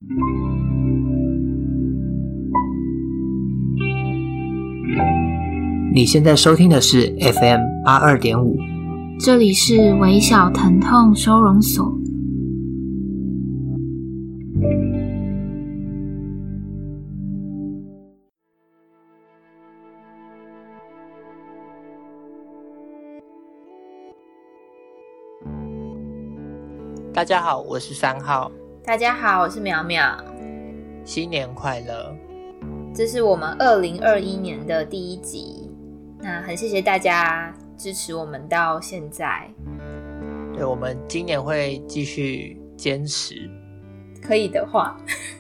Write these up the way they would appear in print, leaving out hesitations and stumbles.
你现在收听的是 FM82.5， 这里是微小疼痛收容所。 大家好，我是3号。 大家好，我是淼淼。 新年快乐！ 这是我们2021年的第1集，那很谢谢大家支持我们到现在。 对，我们今年会继续坚持， 可以的话。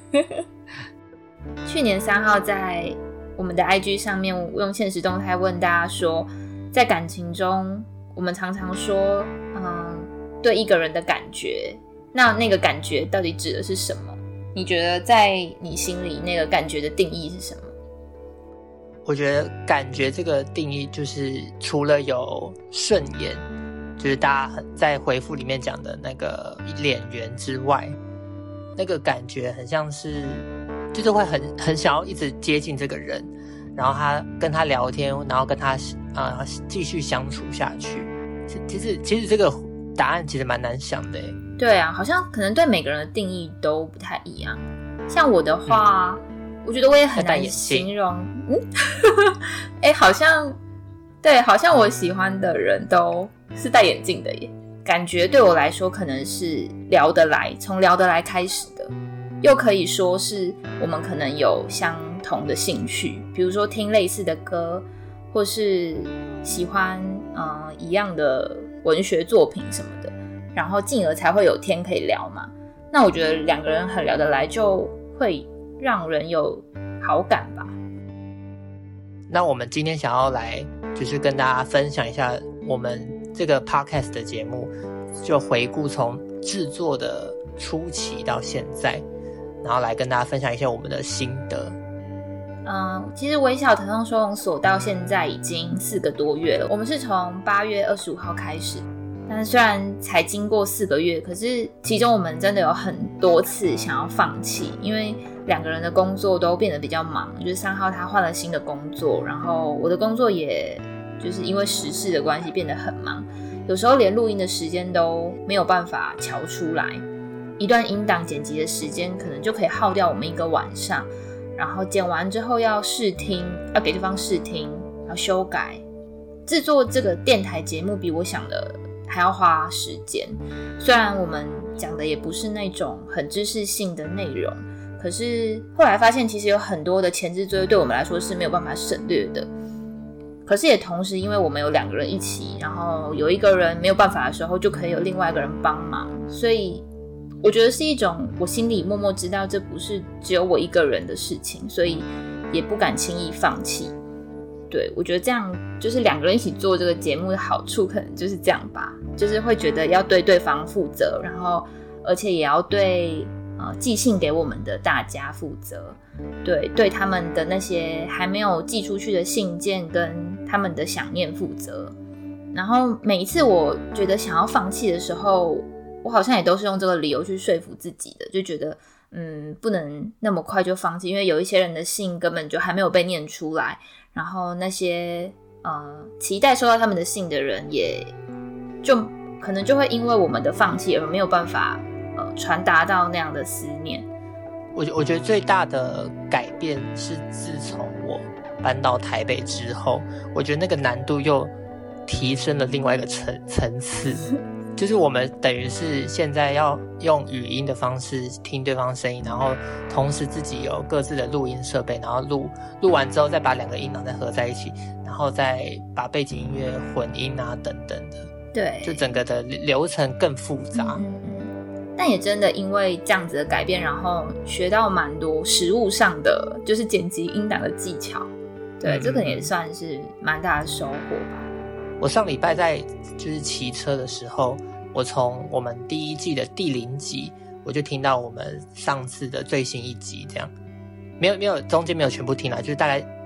去年3号在我们的 IG 上面用限时动态问大家说，在感情中我们常常说对一个人的感觉，那个感觉到底指的是什么？你觉得在你心里那个感觉的定义是什么？ 我觉得感觉这个定义就是除了有顺眼，就是大家在回复里面讲的那个脸圆之外，那个感觉很像是就是会很想要一直接近这个人，然后跟他聊天，然后跟他继续相处下去。其实这个答案其实蛮难想的耶。 对啊，好像可能对每个人的定义都不太一样。像我的话，我觉得我也很难形容。好像我喜欢的人都是戴眼镜的耶。感觉对我来说可能是聊得来，从聊得来开始的，又可以说是我们可能有相同的兴趣，比如说听类似的歌，或是喜欢一样的文学作品什么的，然后进而才会有天可以聊嘛。那我觉得两个人很聊得来，就会让人有好感吧。 那我们今天想要来就是跟大家分享一下我们这个 podcast 的节目，就回顾从制作的初期到现在，然后来跟大家分享一下我们的心得。 其实微小疼痛收容所到现在已经4个多月了，我们是从8月25号开始，但虽然才经过4个月，可是其中我们真的有很多次想要放弃，因为两个人的工作都变得比较忙，就是3号他换了新的工作，然后我的工作也就是因为时事的关系变得很忙，有时候连录音的时间都没有办法瞧出来，一段音档剪辑的时间可能就可以耗掉我们1个晚上，然后剪完之后要试听，要给对方试听，要修改。制作这个电台节目比我想的还要花时间，虽然我们讲的也不是那种很知识性的内容，可是后来发现其实有很多的前置作业对我们来说是没有办法省略的。可是也同时因为我们有2个人一起，然后有一个人没有办法的时候就可以有另外一个人帮忙，所以我觉得是一种我心里默默知道这不是只有我一个人的事情，所以也不敢轻易放弃。对，我觉得这样就是2个人一起做这个节目的好处可能就是这样吧，就是会觉得要对对方负责，然后而且也要对寄信给我们的大家负责，对他们的那些还没有寄出去的信件跟他们的想念负责。然后每一次我觉得想要放弃的时候，我好像也都是用这个理由去说服自己的，就觉得不能那么快就放弃，因为有一些人的信根本就还没有被念出来，然后那些期待收到他们的信的人也就可能就会因为我们的放弃而没有办法传达到那样的思念。 我觉得最大的改变是自从我搬到台北之后，我觉得那个难度又提升了另外一个层次。就是我们等于是现在要用语音的方式听对方声音，然后同时自己有各自的录音设备，然后录完之后再把2个音档再合在一起，然后再把背景音乐混音啊等等的。 对， 就整个的流程更复杂。 但也真的因为这样子的改变，然后学到蛮多实务上的就是剪辑音档的技巧。对，这可能也算是蛮大的收获吧。 我上礼拜在就是骑车的时候，我从我们第1季的第0集，我就听到我们上次的最新1集，这样没有中间没有全部听啦，就是大概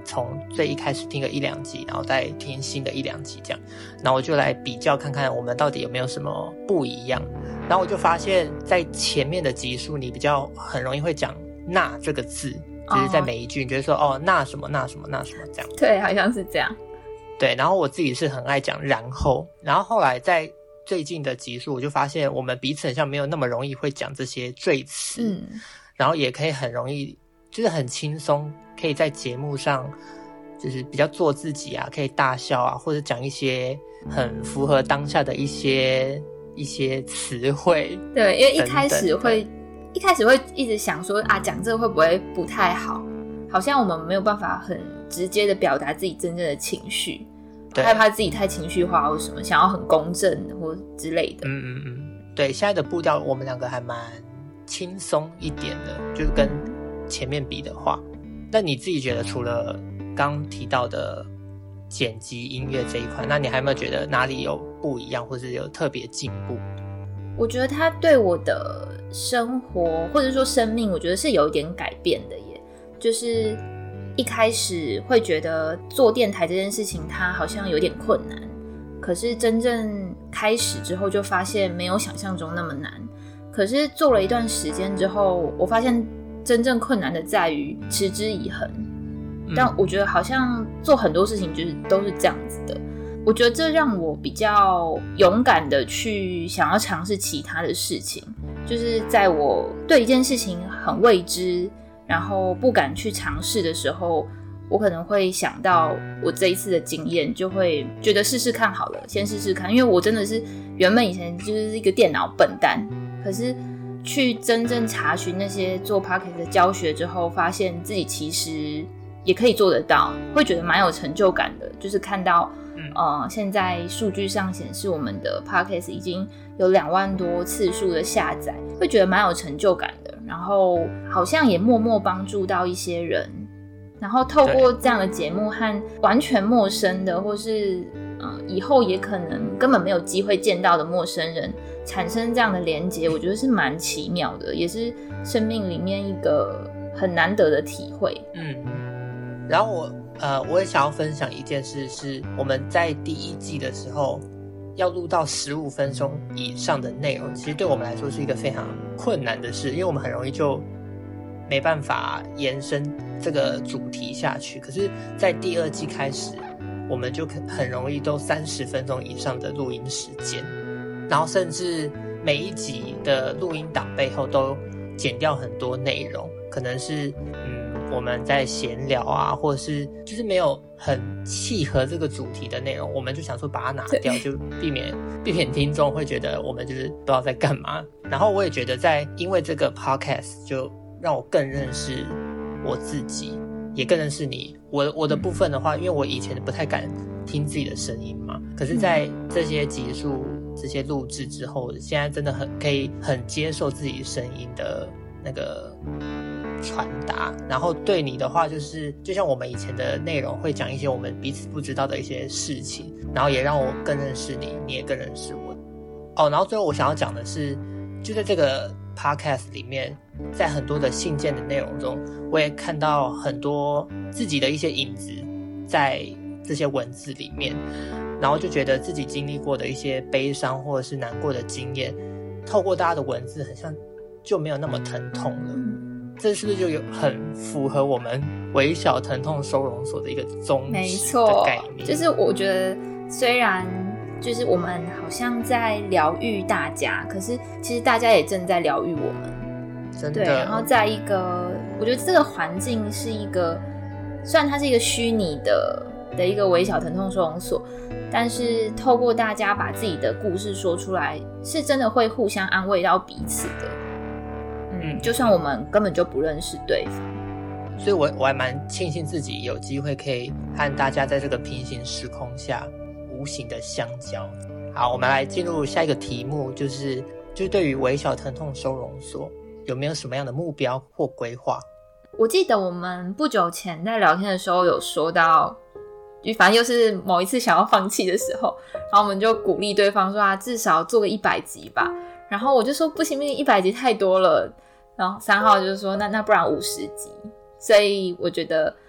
从最一开始听个1-2集，然后再听新的1-2集这样，然后我就来比较看看我们到底有没有什么不一样。然后我就发现在前面的集数你比较很容易会讲那这个字，就是在每一句你觉得说哦那什么那什么那什么这样。 对，好像是这样。 对，然后我自己是很爱讲然后后来在最近的集数我就发现我们彼此很像没有那么容易会讲这些赘词，然后也可以很容易就是很轻松可以在节目上就是比较做自己啊，可以大笑啊，或者讲一些很符合当下的一些词汇。 对，因为一开始会一直想说啊，讲这个会不会不太好，好像我们没有办法很直接的表达自己真正的情绪，害怕自己太情绪化或什么，想要很公正或之类的。 对，现在的步调我们两个还蛮轻松一点的，就是跟前面比的话。那你自己觉得除了刚提到的剪辑音乐这一块，那你还有没有觉得哪里有不一样或是有特别进步？ 我觉得它对我的生活或者说生命我觉得是有一点改变的耶。就是一开始会觉得做电台这件事情它好像有点困难，可是真正开始之后就发现没有想象中那么难。可是做了一段时间之后，我发现真正困难的在于持之以恒。但我觉得好像做很多事情就是都是这样子的。我觉得这让我比较勇敢的去想要尝试其他的事情，就是在我对一件事情很未知然后不敢去尝试的时候，我可能会想到我这一次的经验，就会觉得试试看好了，先试试看。因为我真的是原本以前就是一个电脑笨蛋，可是去真正查询那些做 Podcast 的教学之后，发现自己其实也可以做得到，会觉得蛮有成就感的。就是看到现在数据上显示我们的 Podcast 已经有2万多次数的下载，会觉得蛮有成就感的。然后好像也默默帮助到一些人，然后透过这样的节目和完全陌生的或是以后也可能根本没有机会见到的陌生人产生这样的连结，我觉得是蛮奇妙的，也是生命里面一个很难得的体会。 然后我也想要分享一件事，是我们在第1季的时候要录到15分钟以上的内容，其实对我们来说是一个非常困难的事，因为我们很容易就没办法延伸这个主题下去。可是在第2季开始，我们就很容易都30分钟以上的录音时间，然后甚至每一集的录音档背后都剪掉很多内容，可能是我们在闲聊啊，或者是就是没有很契合这个主题的内容，我们就想说把它拿掉，就避免听众会觉得我们就是不知道在干嘛。然后我也觉得因为这个 podcast 就让我更认识我自己，也更认识你。我的部分的话，因为我以前不太敢听自己的声音嘛，可是在这些集数这些录制之后，现在真的可以很接受自己声音的那个传达。然后对你的话，就像我们以前的内容会讲一些我们彼此不知道的一些事情，然后也让我更认识你，你也更认识我。然后最后我想要讲的是，就在这个 podcast 里面，在很多的信件的内容中，我也看到很多自己的一些影子在这些文字里面，然后就觉得自己经历过的一些悲伤或者是难过的经验，透过大家的文字，很像就没有那么疼痛了。这是不是就有很符合我们微小疼痛收容所的一个宗旨的概念？没错， 就是我觉得虽然就是我们好像在疗愈大家，可是其实大家也正在疗愈我们。 真的。 对，然后在一个我觉得这个环境是一个，虽然它是一个虚拟的一个微小疼痛收容所，但是透过大家把自己的故事说出来，是真的会互相安慰到彼此的。就算我们根本就不认识对方。 所以我还蛮庆幸自己有机会可以和大家在这个平行时空下无形的相交。好，我们来进入下一个题目，就是对于微小疼痛收容所有没有什么样的目标或规划？ 我记得我们不久前在聊天的时候有说到，反正又是某一次想要放弃的时候，然后我们就鼓励对方说至少做个100集吧。然后我就说不行，100集太多了。然后3号就说那不然50集。所以我觉得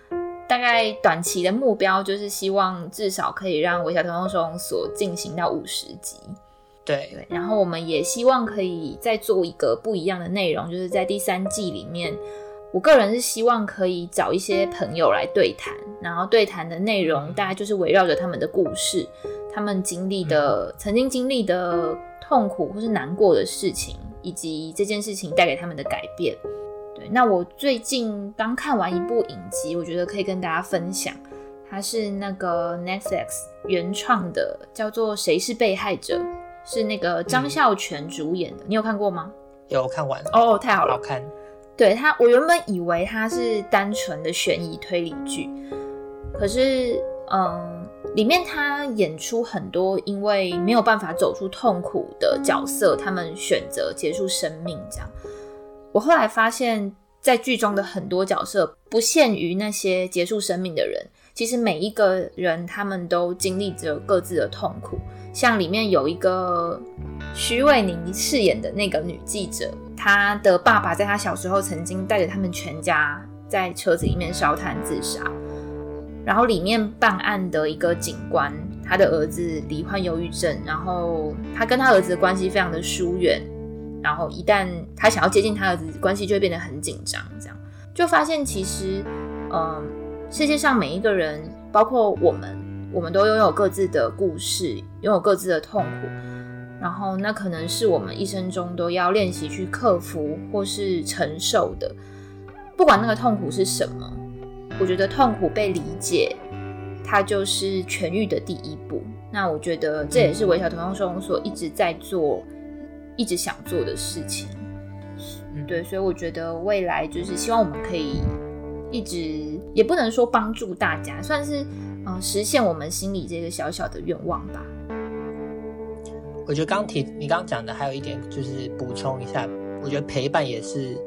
大概短期的目标就是希望至少可以让微小疼痛收容所进行到50集。 对， 然后我们也希望可以再做一个不一样的内容，就是在第3季里面，我个人是希望可以找一些朋友来对谈，然后对谈的内容大概就是围绕着他们的故事，他们曾经经历的痛苦或是难过的事情，以及这件事情带给他们的改变。对，那我最近刚看完一部影集，我觉得可以跟大家分享，它是那个 Netflix 原创的，叫做《谁是被害者》，是那个张孝全主演的。你有看过吗？ 有看完哦，太好了， 好看。 对，我原本以为它是单纯的悬疑推理剧，可是里面他演出很多因为没有办法走出痛苦的角色，他们选择结束生命这样。我后来发现在剧中的很多角色不限于那些结束生命的人，其实每一个人他们都经历着各自的痛苦。像里面有一个徐伟宁饰演的那个女记者，她的爸爸在她小时候曾经带着他们全家在车子里面烧炭自杀，然后里面办案的一个警官，他的儿子罹患忧郁症，然后他跟他儿子的关系非常的疏远，然后一旦他想要接近他儿子，关系就会变得很紧张，这样就发现其实世界上每一个人，包括我们都拥有各自的故事，拥有各自的痛苦，然后那可能是我们一生中都要练习去克服或是承受的，不管那个痛苦是什么，我觉得痛苦被理解，它就是痊愈的第一步。那我觉得这也是微小疼痛收容所一直在做，一直想做的事情。对，所以我觉得未来就是希望我们可以一直，也不能说帮助大家，算是实现我们心里这个小小的愿望吧。 我觉得你刚讲的还有一点就是补充一下，我觉得陪伴也是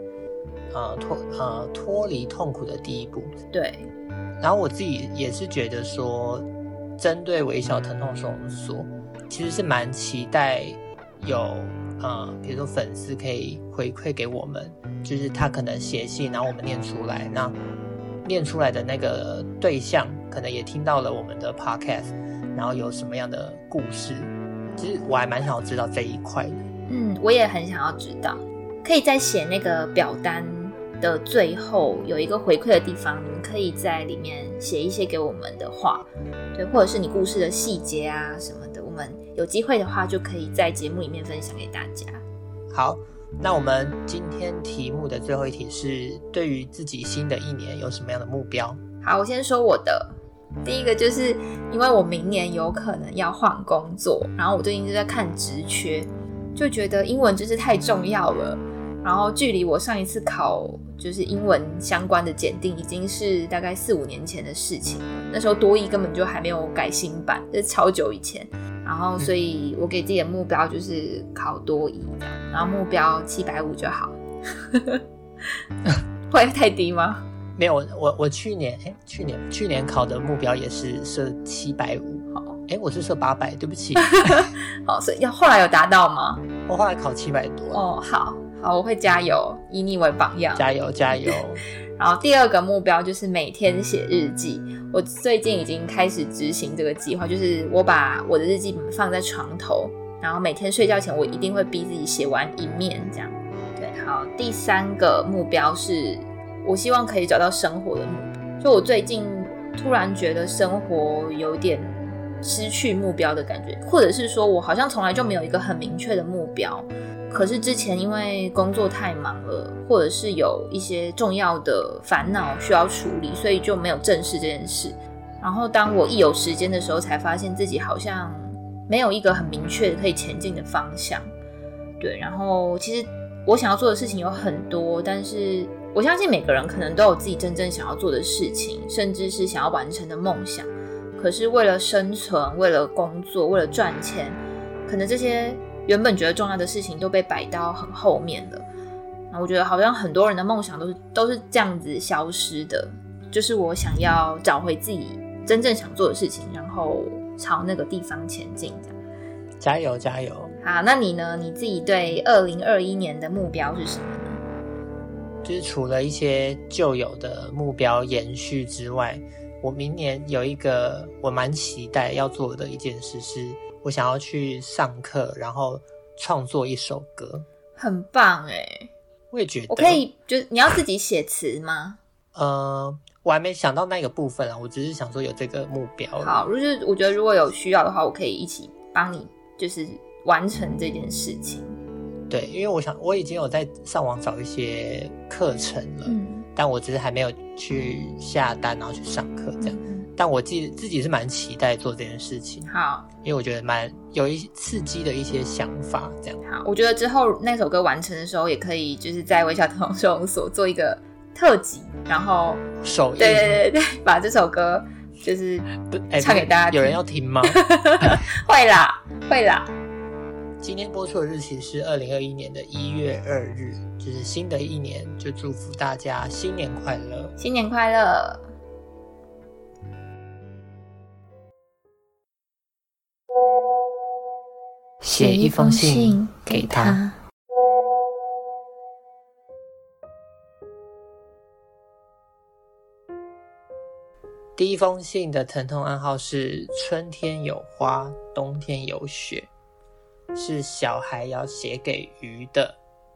脱离痛苦的第一步。对，然后我自己也是觉得说，针对微小疼痛收容所，其实是蛮期待有比如说粉丝可以回馈给我们，就是他可能写信，然后我们念出来，那念出来的那个对象可能也听到了我们的 podcast， 然后有什么样的故事，其实我还蛮想要知道这一块的。 我也很想要知道，可以在写那个表单的最后有一个回馈的地方，你们可以在里面写一些给我们的话，对，或者是你故事的细节啊什么的，我们有机会的话就可以在节目里面分享给大家。 好，那我们今天题目的最后一题是对于自己新的一年有什么样的目标？ 好，我先说我的。第一个就是因为我明年有可能要换工作，然后我最近就在看职缺，就觉得英文真是太重要了，然后距离我上一次考就是英文相关的检定已经是大概4-5年前的事情了，那时候多益根本就还没有改新版，这是超久以前。然后所以我给自己的目标就是考多益这样，然后目标750就好。会太低吗？ 没有，我去年考的目标也是设750。好，我是设800，对不起。 好，所以后来有达到吗？ 我后来考700多。 哦，好，我会加油，以你为榜样。 加油加油。 然后第二个目标就是每天写日记，我最近已经开始执行这个计划，就是我把我的日记本放在床头，然后每天睡觉前我一定会逼自己写完一面这样。对，好，第三个目标是我希望可以找到生活的目标，就我最近突然觉得生活有点失去目标的感觉，或者是说我好像从来就没有一个很明确的目标，可是之前因为工作太忙了，或者是有一些重要的烦恼需要处理，所以就没有正视这件事。然后当我一有时间的时候，才发现自己好像没有一个很明确可以前进的方向。对，然后其实我想要做的事情有很多，但是我相信每个人可能都有自己真正想要做的事情，甚至是想要完成的梦想。可是为了生存，为了工作，为了赚钱，可能这些原本觉得重要的事情都被摆到很后面了。我觉得好像很多人的梦想都是这样子消失的，就是我想要找回自己真正想做的事情，然后朝那个地方前进这样。 加油加油。 好，那你呢？你自己对2021年的目标是什么呢？ 就是除了一些旧有的目标延续之外，我明年有一个我蛮期待要做的一件事，是我想要去上课，然后创作一首歌。 很棒耶。 我也觉得。 我可以，就是你要自己写词吗？ 我还没想到那个部分啊，我只是想说有这个目标。 好，就是我觉得如果有需要的话，我可以一起帮你，就是完成这件事情。 对，因为我已经有在上网找一些课程了，但我只是还没有去下单，然后去上课这样。但我自己是蛮期待做这件事情。 好， 因为我觉得蛮有一刺激的一些想法这样。 好，我觉得之后那首歌完成的时候，也可以就是在微笑腾龙收容所做一个特辑，然后首映， 对，把这首歌就是唱给大家听。 有人要听吗？ 会啦。 今天播出的日期是2021年的1月2日，就是新的一年，就祝福大家新年快乐， 新年快乐。 写一封信给他。第一封信的疼痛暗号是春天有花，冬天有雪，是小孩要写给鱼的。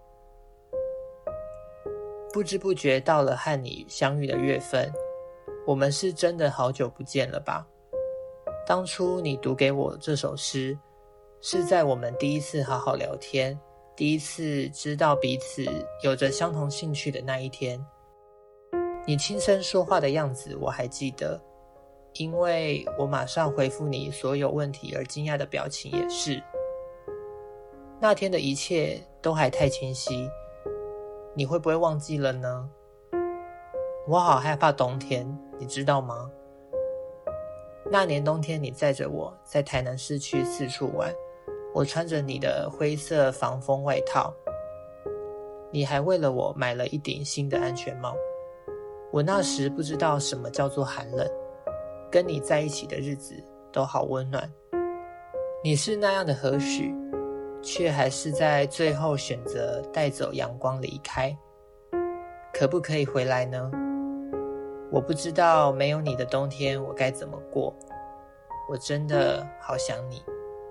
不知不觉到了和你相遇的月份，我们是真的好久不见了吧？当初你读给我这首诗，是在我们第一次好好聊天，第一次知道彼此有着相同兴趣的那一天。你轻声说话的样子我还记得，因为我马上回复你所有问题而惊讶的表情也是。那天的一切都还太清晰，你会不会忘记了呢？我好害怕冬天，你知道吗？那年冬天你载着我在台南市区四处玩，我穿着你的灰色防风外套，你还为了我买了一顶新的安全帽。我那时不知道什么叫做寒冷，跟你在一起的日子都好温暖。你是那样的和煦，却还是在最后选择带走阳光离开。可不可以回来呢？我不知道没有你的冬天我该怎么过，我真的好想你。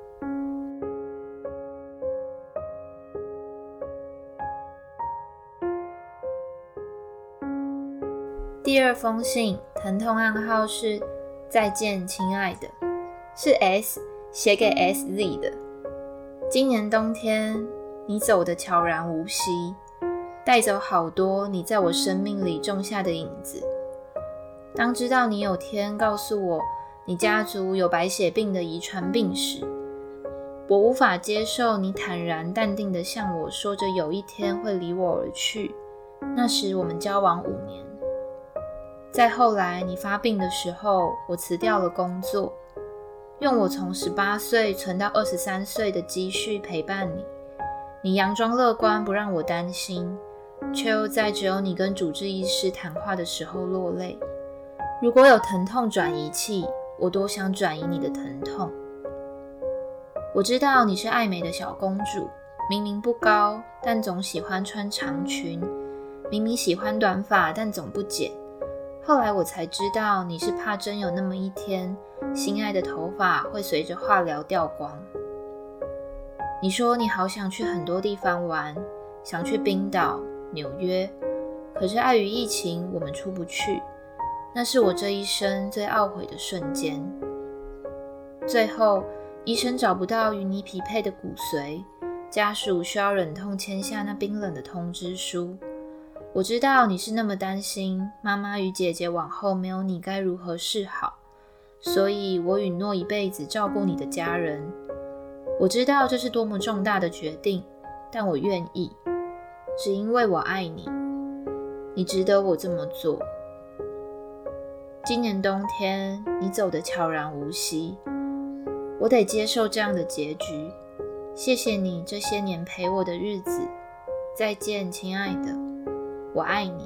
第二封信疼痛暗号是再见亲爱的，是 S 写给 SZ 的。今年冬天你走得悄然无息，带走好多你在我生命里种下的影子。当知道你有天告诉我你家族有白血病的遗传病史，我无法接受你坦然淡定地向我说着有一天会离我而去。那时我们交往5年。再后来你发病的时候，我辞掉了工作，用我从18岁存到23岁的积蓄陪伴你。你佯装乐观，不让我担心，却又在只有你跟主治医师谈话的时候落泪。如果有疼痛转移器，我多想转移你的疼痛。我知道你是爱美的小公主，明明不高，但总喜欢穿长裙，明明喜欢短发，但总不剪。后来我才知道，你是怕真有那么一天，心爱的头发会随着化疗掉光。你说你好想去很多地方玩，想去冰岛、纽约，可是碍于疫情，我们出不去。那是我这一生最懊悔的瞬间。最后，医生找不到与你匹配的骨髓，家属需要忍痛签下那冰冷的通知书。我知道你是那么担心妈妈与姐姐往后没有你该如何是好，所以我允诺一辈子照顾你的家人。我知道这是多么重大的决定，但我愿意，只因为我爱你，你值得我这么做。今年冬天你走得悄然无息，我得接受这样的结局。谢谢你这些年陪我的日子，再见亲爱的，我爱你。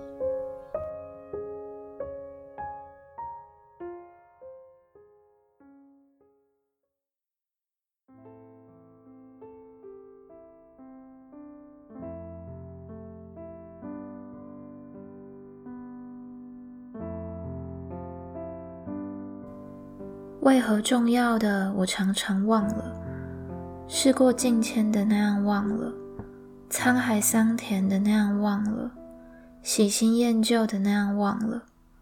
为何重要的我常常忘了，事过境迁的那样忘了，沧海桑田的那样忘了，喜新厌旧的那样忘了。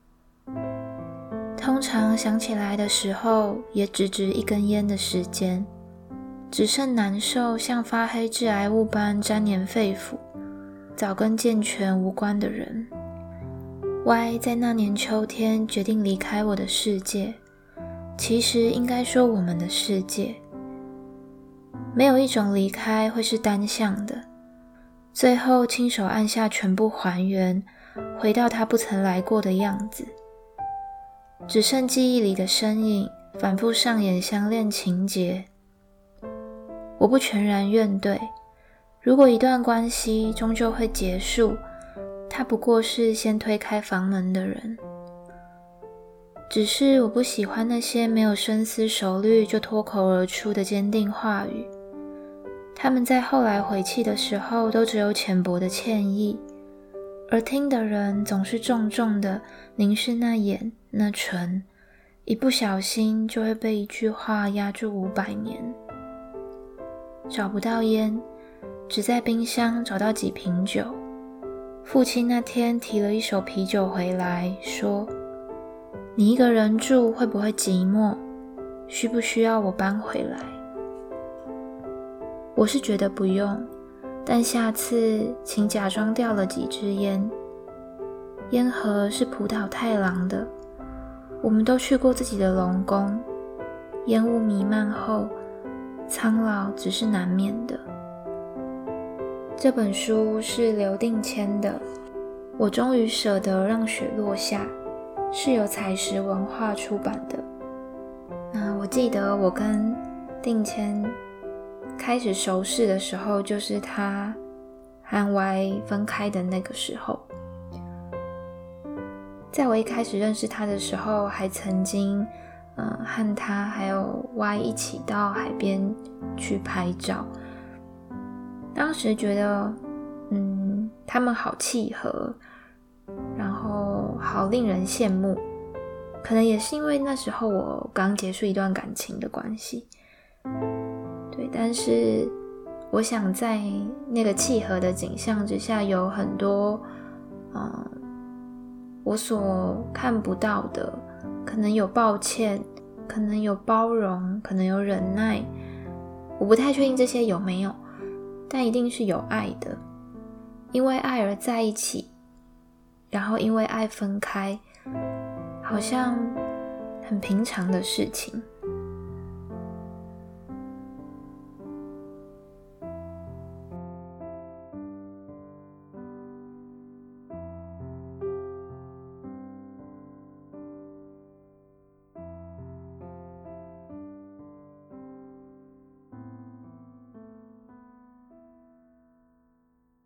通常想起来的时候，也只值一根烟的时间，只剩难受像发黑致癌物般沾黏肺腑，早跟健全无关的人。Y 在那年秋天决定离开我的世界，其实应该说我们的世界。没有一种离开会是单向的，最后亲手按下全部还原，回到他不曾来过的样子。只剩记忆里的身影，反复上演相恋情节。我不全然怨怼，如果一段关系终究会结束，他不过是先推开房门的人。只是我不喜欢那些没有深思熟虑就脱口而出的坚定话语，他们在后来悔气的时候都只有浅薄的歉意，而听的人总是重重的凝视那眼那唇，一不小心就会被一句话压住500年。找不到烟，只在冰箱找到几瓶酒。父亲那天提了一手啤酒回来，说：你一个人住会不会寂寞？需不需要我搬回来？我是觉得不用，但下次请假装掉了几支烟。烟盒是浦岛太郎的，我们都去过自己的龙宫，烟雾弥漫后，苍老只是难免的。这本书是刘定谦的，我终于舍得让雪落下，是由采石文化出版的。我记得我跟定谦开始熟识的时候，就是他和 Y 分开的那个时候。在我一开始认识他的时候，还曾经和他还有 Y 一起到海边去拍照。当时觉得他们好契合，然后好令人羡慕。可能也是因为那时候我刚结束一段感情的关系。对，但是我想在那个契合的景象之下，有很多我所看不到的，可能有抱歉，可能有包容，可能有忍耐，我不太确定这些有没有，但一定是有爱的。因为爱而在一起，然后因为爱分开，好像很平常的事情。